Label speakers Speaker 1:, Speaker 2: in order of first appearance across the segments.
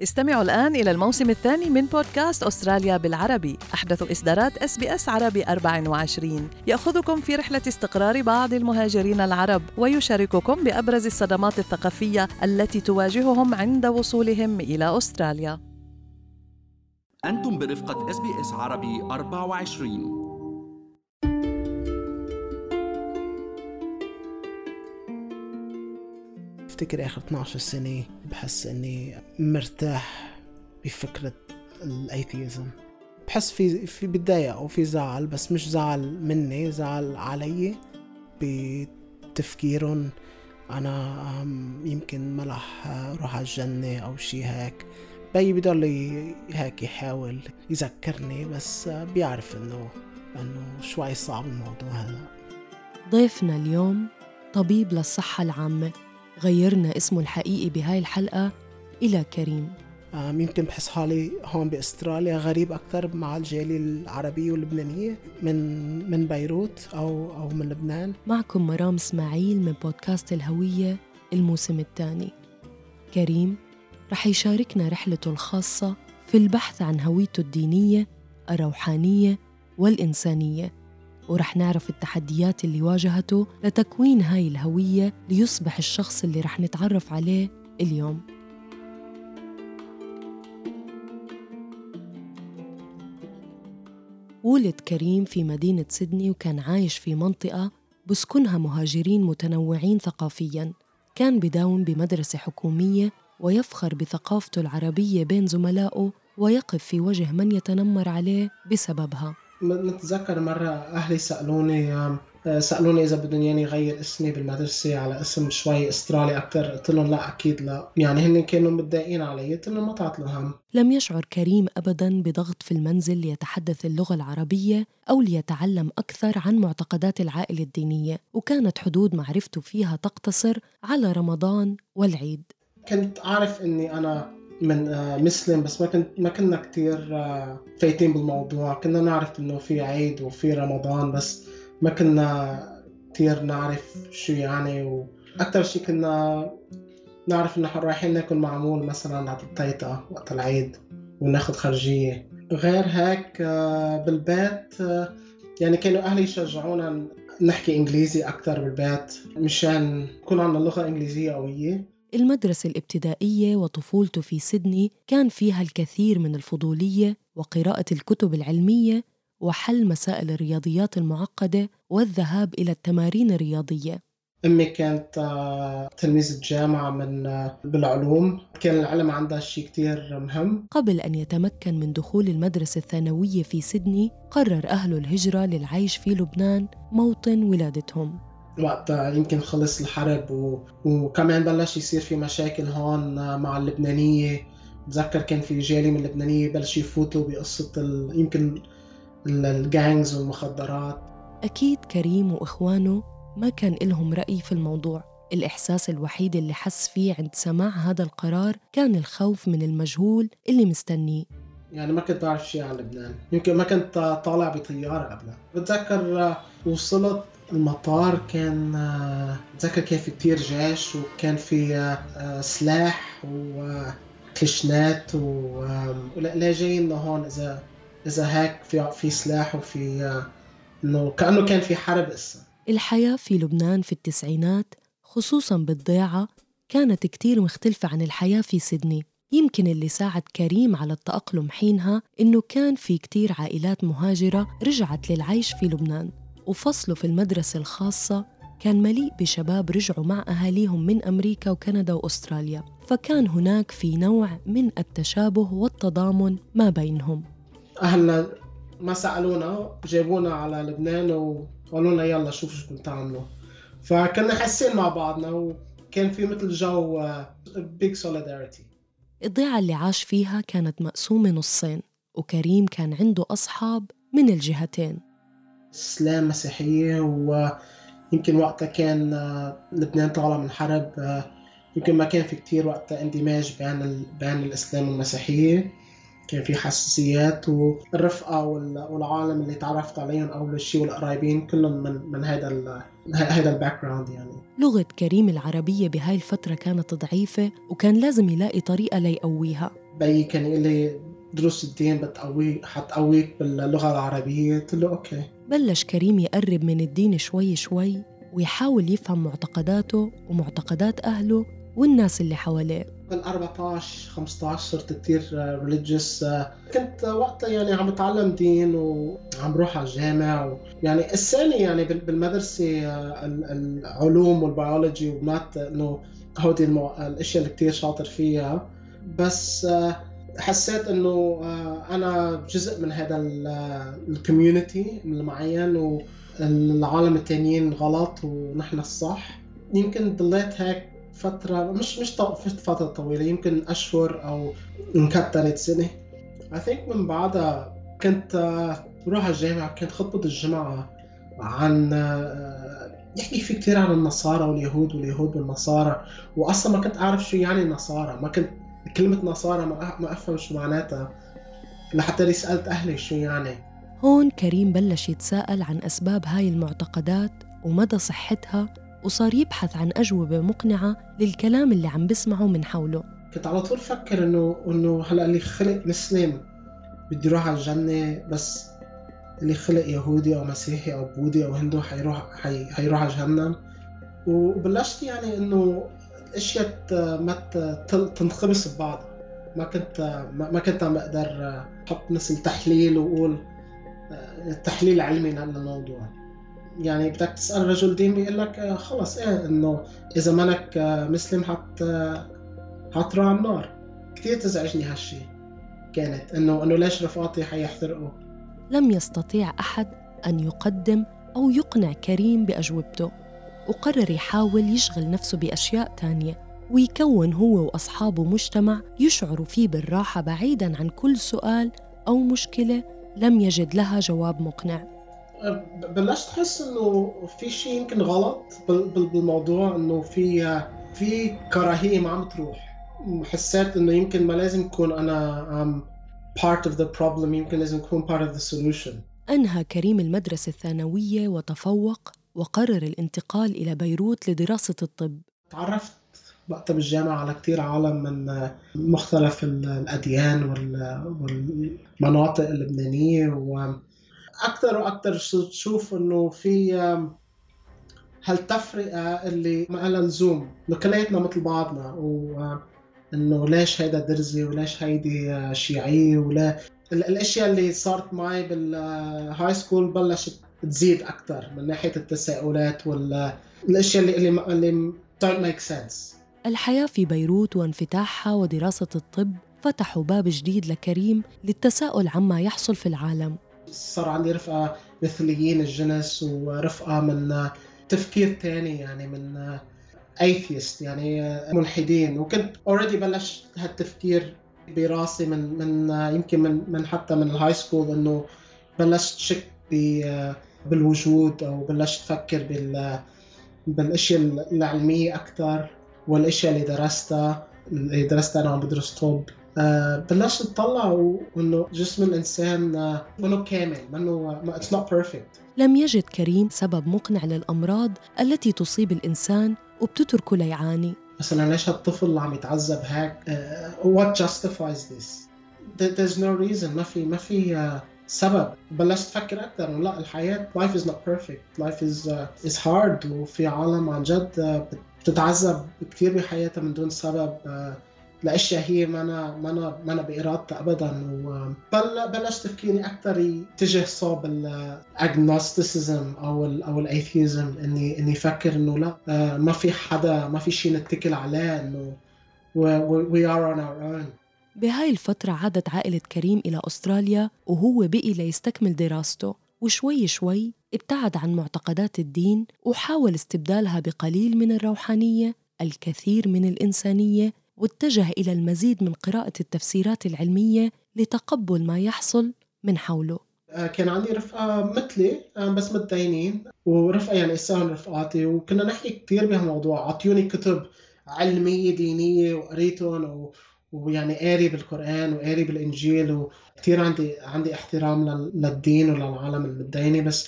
Speaker 1: استمعوا الآن إلى الموسم الثاني من بودكاست أستراليا بالعربي، أحدث إصدارات SBS عربي 24، يأخذكم في رحلة استقرار بعض المهاجرين العرب ويشارككم بأبرز الصدمات الثقافية التي تواجههم عند وصولهم إلى أستراليا.
Speaker 2: أنتم برفقة SBS عربي 24.
Speaker 3: افتكر آخر 12 سنة بحس أني مرتاح بفكرة الأيثيزم. بحس في بداية أو في زعل، بس مش زعل مني، زعل علي بتفكيرهم أنا يمكن ما رح أروح على الجنة أو شي هيك. بي بيضل هيك يحاول يذكرني، بس بيعرف إنه شوي صعب الموضوع هلا.
Speaker 4: ضيفنا اليوم طبيب للصحة العامة، غيرنا اسمه الحقيقي بهاي الحلقة إلى كريم.
Speaker 3: يمكن بحس حالي هون بأستراليا غريب أكتر مع الجالية العربية واللبنانية من بيروت أو من لبنان.
Speaker 4: معكم مرام إسماعيل من بودكاست الهوية الموسم الثاني. كريم رح يشاركنا رحلته الخاصة في البحث عن هويته الدينية، الروحانية والإنسانية، ورح نعرف التحديات اللي واجهته لتكوين هاي الهوية ليصبح الشخص اللي رح نتعرف عليه اليوم. ولد كريم في مدينة سيدني، وكان عايش في منطقة بسكنها مهاجرين متنوعين ثقافياً. كان بداوم بمدرسة حكومية ويفخر بثقافته العربية بين زملائه، ويقف في وجه من يتنمر عليه بسببها.
Speaker 3: نتذكر مرة أهلي سألوني إذا بدهم يعني غير اسمي بالمدرسة على اسم شوي أسترالي أكتر. قلت لهم لا، أكيد لا. يعني هن كانوا متضايقين علي. قلت لهم ما تعطلوا هم.
Speaker 4: لم يشعر كريم أبداً بضغط في المنزل ليتحدث اللغة العربية أو ليتعلم أكثر عن معتقدات العائلة الدينية، وكانت حدود معرفته فيها تقتصر على رمضان والعيد.
Speaker 3: كنت عارف إني أنا من مسلم، بس ما كنا كتير فايتين بالموضوع. كنا نعرف إنه في عيد وفي رمضان، بس ما كنا كتير نعرف شو يعني. وأكتر شي كنا نعرف إنه رايحين ناكل معمول مثلا على التيتا وقت العيد وناخد خرجية. غير هيك بالبيت يعني كانوا أهلي يشجعونا نحكي إنجليزي أكتر بالبيت مشان يكون عنا لغة إنجليزية قوية.
Speaker 4: المدرسة الابتدائية وطفولته في سيدني كان فيها الكثير من الفضولية وقراءة الكتب العلمية وحل مسائل الرياضيات المعقدة والذهاب إلى التمارين الرياضية.
Speaker 3: أمي كانت تلميذة جامعة بالعلوم. كان العلم عندها شيء كتير مهم.
Speaker 4: قبل أن يتمكن من دخول المدرسة الثانوية في سيدني، قرر أهله الهجرة للعيش في لبنان، موطن ولادتهم.
Speaker 3: وقت يمكن خلص الحرب وكمان بلش يصير في مشاكل هون مع اللبنانية. بتذكر كان في جالي من اللبنانية بلش يفوتوا بقصة يمكن الجانجز والمخدرات.
Speaker 4: أكيد كريم وإخوانه ما كان لهم رأي في الموضوع. الإحساس الوحيد اللي حس فيه عند سماع هذا القرار كان الخوف من المجهول اللي مستنيه.
Speaker 3: يعني ما كنت بعرف شيء عن لبنان، يمكن ما كنت طالع بطيارة قبلها. بتذكر وصلت المطار بتذكر كان في كتير جيش، وكان في سلاح وكليشنات ولا جايين لهون إذا هيك في سلاح وفي إنه كأنه كان في حرب.
Speaker 4: الحياة في لبنان في التسعينات خصوصاً بالضيعة كانت كتير مختلفة عن الحياة في سيدني. يمكن اللي ساعد كريم على التأقلم حينها إنه كان في كتير عائلات مهاجرة رجعت للعيش في لبنان، وفصله في المدرسة الخاصة كان مليء بشباب رجعوا مع أهاليهم من أمريكا وكندا وأستراليا، فكان هناك في نوع من التشابه والتضامن ما بينهم.
Speaker 3: أهلنا ما سألونا، جابونا على لبنان وقالوا لنا يلا شوفوا شو بدكم تعملوا، فكنا حاسين مع بعضنا وكان في مثل جو big solidarity.
Speaker 4: الضيعة اللي عاش فيها كانت مقسومة نصين، وكريم كان عنده أصحاب من الجهتين،
Speaker 3: إسلام مسيحية. ويمكن وقتها كان لبنان طالع من حرب، يمكن ما كان في كتير وقتها اندماج بين الإسلام والمسيحية. كان في حساسيات، والرفقة والعالم اللي تعرفت عليهم أول شيء والقرايبين كلهم من هذا الباك جراوند. يعني
Speaker 4: لغة كريم العربية بهاي الفترة كانت ضعيفة، وكان لازم يلاقي طريقة ليقويها.
Speaker 3: بيي كان يقول لي دروس الدين حتقويك باللغة العربية. قلت له أوكي.
Speaker 4: بلش كريم يقرب من الدين شوي شوي ويحاول يفهم معتقداته ومعتقدات أهله والناس اللي حواليه.
Speaker 3: بال14-15 صرت كتير religious. كنت وقتها يعني عم بتعلم دين وعم بروح على الجامع يعني الثاني يعني بالمدرسة العلوم والبيولوجي ومات إنه هودي الأشياء اللي كتير شاطر فيها. بس حسيت إنه أنا جزء من هذا الكوميونيتي المعين والعالم التانيين غلط ونحن الصح. يمكن ضليت هيك فترة مش فترة طويلة، يمكن أشهر أو انكترت سنة. I think من بعدها كنت بروح على الجامعة. كانت خطبة الجمعة عن يحكي في كتير عن النصارى واليهود والنصارى، وأصلا ما كنت أعرف شو يعني النصارى. ما كنت كلمة نصارى ما أفهم شو معناتها لحتى لي سألت أهلي شو يعني.
Speaker 4: هون كريم بلش يتساءل عن أسباب هاي المعتقدات ومدى صحتها، وصار يبحث عن أجوبة مقنعة للكلام اللي عم بسمعه من حوله.
Speaker 3: كنت على طول فكر إنه هلأ اللي خلق مسلم بده يروح على الجنة، بس اللي خلق يهودي أو مسيحي أو بوذي أو هندو حيروح على جهنم. وبلشت يعني إنه الأشياء ما تنخبص ببعض. ما كنت عم بقدر أحط مثل تحليل وأقول تحليل علمي للموضوع. يعني بدك تسأل رجل دين بيقول لك خلص إنه إذا منك مسلم حتروح على النار. كتير تزعجني هالشي. كانت إنه ليش رفقاتي حيحترقوا.
Speaker 4: لم يستطيع أحد أن يقدم أو يقنع كريم بأجوبته، وقرر يحاول يشغل نفسه بأشياء تانية ويكون هو وأصحابه مجتمع يشعروا فيه بالراحة بعيداً عن كل سؤال أو مشكلة لم يجد لها جواب مقنع.
Speaker 3: بلشت أحس إنه في شيء يمكن غلط بالموضوع، إنه في كراهية ما عم تروح. حسيت إنه يمكن ما لازم أكون أنا part of the problem، يمكن لازم أكون part of the solution.
Speaker 4: أنهى كريم المدرسة الثانوية وتفوق، وقرر الانتقال إلى بيروت لدراسة الطب.
Speaker 3: تعرفت وقتها بالجامعة على كتير عالم من مختلف الأديان والمناطق اللبنانية، وأكثر وأكثر تشوف إنه في هالتفرقة اللي ما لها لزوم، إنه كلياتنا مثل بعضنا، وإنه ليش هيدا درزي وليش هيدي شيعية. ولا الأشياء اللي صارت معي بالهاي سكول بلشت تزيد أكثر من ناحية التساؤلات والأشياء اللي don't make sense.
Speaker 4: الحياة في بيروت وانفتاحها ودراسة الطب فتحوا باب جديد لكريم للتساؤل عما يحصل في العالم.
Speaker 3: صار عندي رفقة مثليين الجنس، ورفقة من تفكير تاني، يعني من atheist، يعني ملحدين. وكنت already بلشت هالتفكير براسي من يمكن من حتى من الهاي سكول، إنه بلشت شك بالوجود، أو بلشت أفكر بالأشياء العلمية أكثر، والأشياء اللي درستها أنا عم بدرس طب. بلشت أطلع إنه جسم الإنسان منه كامل، منه it's not perfect.
Speaker 4: لم يجد كريم سبب مقنع للأمراض التي تصيب الإنسان وبتتركه ليعاني.
Speaker 3: مثلا ليش هالطفل اللي عم يتعذب هيك؟ what justifies this? There's no reason. ما في سبب. بلشت أفكر أكثر إنه لا، الحياة life is not perfect. life is hard. وفي عالم عن جد بتتعذب كتير بحياتها من دون سبب، لأشياء هي ما أنا بإرادتها أبداً. وبلشت تفكيري أكثر يتجه صوب الأجنوستيسيزم أو الأيثيزم، إني أفكر إنه لا، ما في شيء نتكل عليه، إنه we are on our own.
Speaker 4: بهاي الفترة عادت عائلة كريم إلى أستراليا، وهو بقي ليستكمل دراسته، وشوي شوي ابتعد عن معتقدات الدين وحاول استبدالها بقليل من الروحانية، الكثير من الإنسانية، واتجه إلى المزيد من قراءة التفسيرات العلمية لتقبل ما يحصل من حوله.
Speaker 3: كان عندي رفقة مثلي بس متدينين، ورفقة يعني إسان رفقاتي، وكنا نحكي كتير بهالموضوع. عطيوني كتب علمية دينية وقريتهم، ويعني قاري بالقرآن وقاري بالإنجيل، وكتير عندي احترام للدين وللعالم المتديني. بس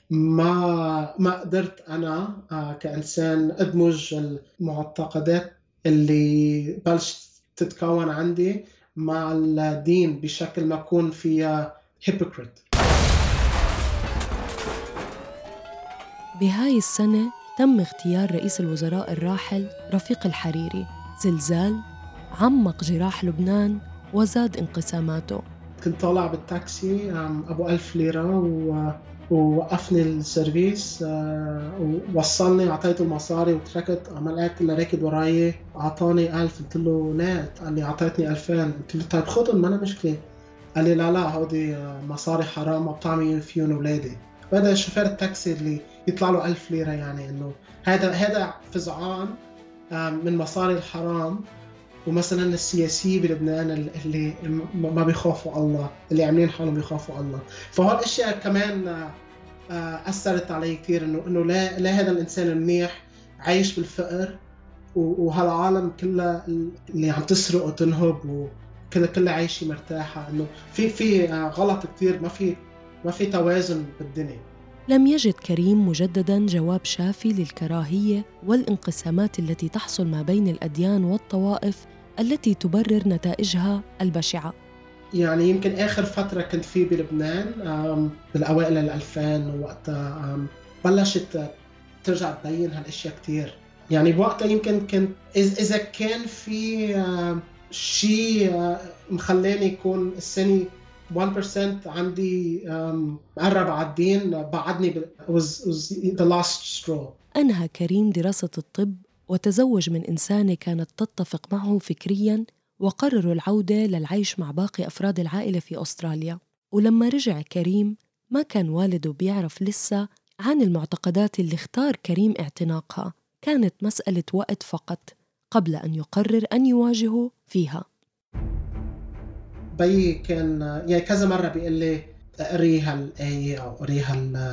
Speaker 3: ما قدرت أنا كإنسان أدمج المعتقدات اللي بلشت تتكون عندي مع الدين بشكل ما يكون فيها hypocrite.
Speaker 4: بهاي السنة تم اغتيال رئيس الوزراء الراحل رفيق الحريري. زلزال عمق جراح لبنان وزاد انقساماته.
Speaker 3: كنت طالع بالتاكسي أبو 1000 ليرة ووقفني السيرفيس ووصلني، أعطيته المصاري وتركت. عملت اللي راكد وراي أعطاني 1000. قلت له لا، قال لي أعطيتني 2000. قلت له طيب خذهم، ما أنا مشكلة. قال لي لا هودي مصاري حرام ما بطعمي فيهم أولادي. وهذا شوفير التاكسي اللي يطلع له 1000 ليرة، يعني إنه هذا فزعان من مصاري الحرام. ومثلا السياسيين بلبنان اللي ما بيخافوا الله، اللي عاملين حالهم بيخافوا الله. فهول الاشياء كمان اثرت علي كثير، انه لا هذا الانسان المنيح عايش بالفقر، وهالعالم كلها اللي عم تسرق وتنهب وكلها عايشه مرتاحه. انه في غلط كثير، ما في توازن بالدنيا.
Speaker 4: لم يجد كريم مجدداً جواب شافي للكراهية والانقسامات التي تحصل ما بين الأديان والطوائف التي تبرر نتائجها البشعة.
Speaker 3: يعني يمكن آخر فترة كنت فيه بلبنان بالأوائل 2000، وقتها بلشت ترجع تبين هالأشياء كتير. يعني بوقتها يمكن كنت إذا كان في شيء مخلاني يكون السنة 1% عندي مقرب على الدين، بعدني was the last straw.
Speaker 4: أنهى كريم دراسة الطب وتزوج من إنسانة كانت تتفق معه فكرياً، وقرروا العودة للعيش مع باقي أفراد العائلة في أستراليا. ولما رجع كريم ما كان والده بيعرف لسه عن المعتقدات اللي اختار كريم اعتناقها. كانت مسألة وقت فقط قبل أن يقرر أن يواجهه فيها.
Speaker 3: بي كان يعني كذا مرة بيقول لي اقري هالآية أو اقري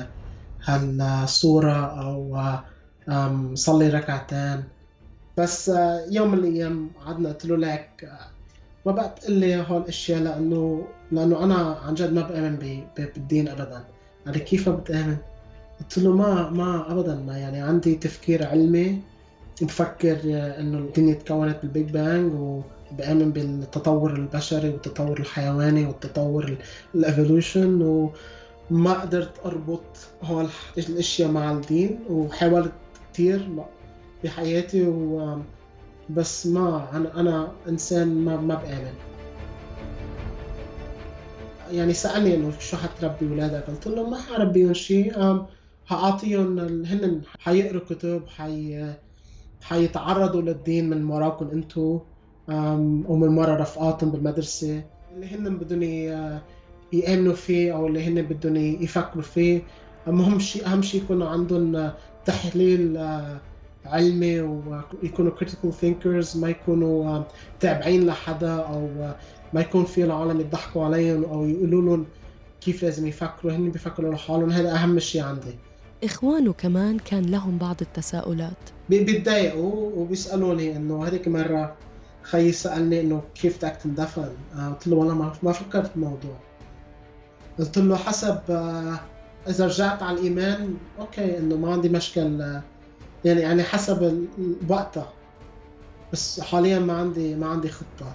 Speaker 3: هالصورة أو صلي ركعتين. بس يوم من الأيام عدنا قلت له لك ما بقى تقول لي هول الأشياء، لأنه أنا عن جد ما بآمن بالدين أبدا. يعني كيف بتآمن؟ قلت له ما أبدا، ما يعني عندي تفكير علمي، بفكر إنه الدنيا تكونت بالبيج بانج، وبآمن بالتطور البشري والتطور الحيواني والتطور الإيفولوشن، وما قدرت أربط هول الأشياء مع الدين. وحاولت كتير بحياتي بس ما أنا إنسان ما بآمن. يعني سألني إنه شو حتربي ولادك؟ قلت له ما حربيهم شيء، هعطيهم هن حيقروا كتب، حيتعرضوا للدين من وراكم انتو ومن ورا رفقاتهم بالمدرسة اللي هن بدهم يآمنوا فيه أو اللي هن بدهم يفكروا فيه. أهم شيء يكونوا عندهم تحليل علمي، ويكونوا critical thinkers، ما يكونوا تابعين لحدا، أو ما يكون في العالم يضحكوا عليهم أو يقولوا لهم كيف لازم يفكروا. هن بيفكروا لحالهم، هذا أهم شيء عندي.
Speaker 4: إخوانه كمان كان لهم بعض التساؤلات.
Speaker 3: بيتضايقوا وبيسألوني إنه هذيك مرة خيي سألني إنه كيف بدك تندفن. قلت له والله ما فكرت بالموضوع. قلت له حسب إذا رجعت على الإيمان أوكي، إنه ما عندي مشكل، يعني حسب وقتها، بس حاليا ما عندي خطة.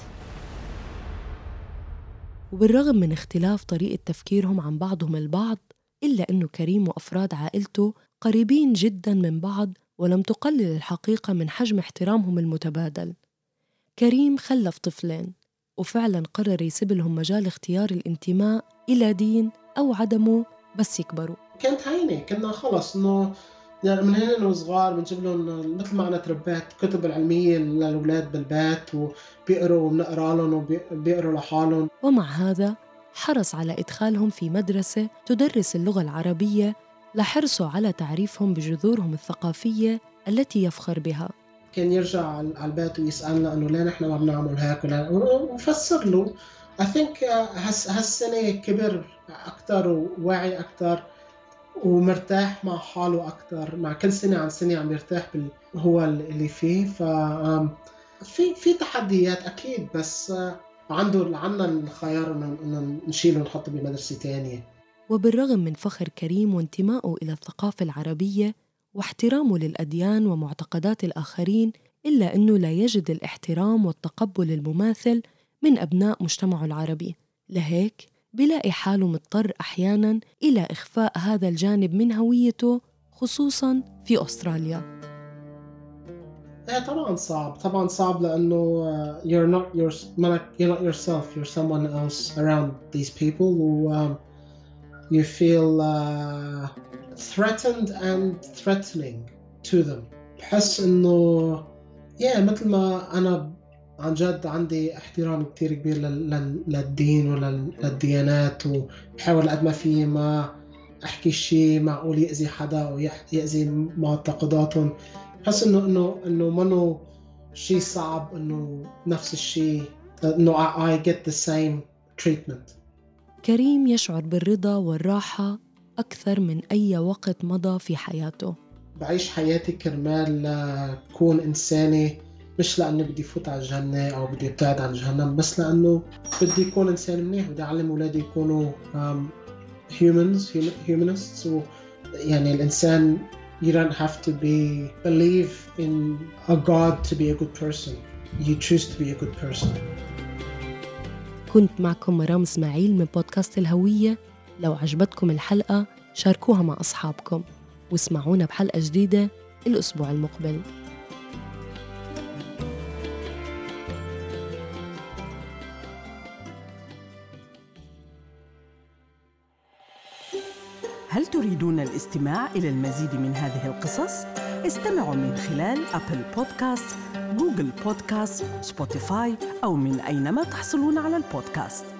Speaker 4: وبالرغم من اختلاف طريقة تفكيرهم عن بعضهم البعض، إلا أنه كريم وأفراد عائلته قريبين جداً من بعض، ولم تقلل الحقيقة من حجم احترامهم المتبادل. كريم خلف طفلين، وفعلاً قرر يسيب لهم مجال اختيار الانتماء إلى دين أو عدمه بس يكبروا.
Speaker 3: كانت هينة، كنا خلص إنه يعني من هنا وصغار بنجيب لهم مثل ما أنا تربيت كتب العلمية للأولاد بالبيت، وبيقروا وبنقرأ لهم وبيقروا لحالهم.
Speaker 4: ومع هذا حرص على إدخالهم في مدرسة تدرس اللغة العربية لحرصه على تعريفهم بجذورهم الثقافية التي يفخر بها.
Speaker 3: كان يرجع على البيت ويسألنا إنه ليه نحن ما بنعمل هيك وفسر له. I think هالسنة كبر أكتر وواعي أكتر ومرتاح مع حاله أكتر. مع كل سنة عن سنة عم يرتاح هو اللي فيه. في تحديات أكيد، بس عنا الخيار إنه نشيله ونحطه بمدرسة تانية.
Speaker 4: وبالرغم من فخر كريم وانتمائه إلى الثقافة العربية واحترامه للأديان ومعتقدات الآخرين، إلا أنه لا يجد الاحترام والتقبل المماثل من أبناء مجتمعه العربي، لهيك بلاقي حاله مضطر أحياناً إلى إخفاء هذا الجانب من هويته، خصوصاً في أستراليا.
Speaker 3: طبعاً صعب لأنه you're not yourself, you're someone else around these people who you feel threatened and threatening to them. بحس إنه مثل ما أنا عن جد عندي احترام كتير كبير للدين وللديانات، وبحاول قد ما في ما أحكي شيء معقول يأذي حدا أو يأذي معتقداتهم. بحس إنه منو شيء صعب إنه نفس الشيء إنه I get the same treatment.
Speaker 4: كريم يشعر بالرضا والراحة أكثر من أي وقت مضى في حياته.
Speaker 3: بعيش حياتي كرمال كون إنساني، مش لأنه بدي فوت على الجنة أو بدي ابتعد عن جهنم، بس لأنه بدي يكون إنسان منيح، بدي أعلم أولادي يكونوا humanists. يعني الإنسان you don't have to believe in a God to be a good person. You choose to be a good person.
Speaker 4: كنت معكم مرام إسماعيل من بودكاست الهوية. لو عجبتكم الحلقة شاركوها مع أصحابكم، واسمعونا بحلقة جديدة الأسبوع المقبل.
Speaker 5: هل تريدون الاستماع إلى المزيد من هذه القصص؟ استمعوا من خلال أبل بودكاست، جوجل بودكاست، سبوتيفاي أو من أينما تحصلون على البودكاست.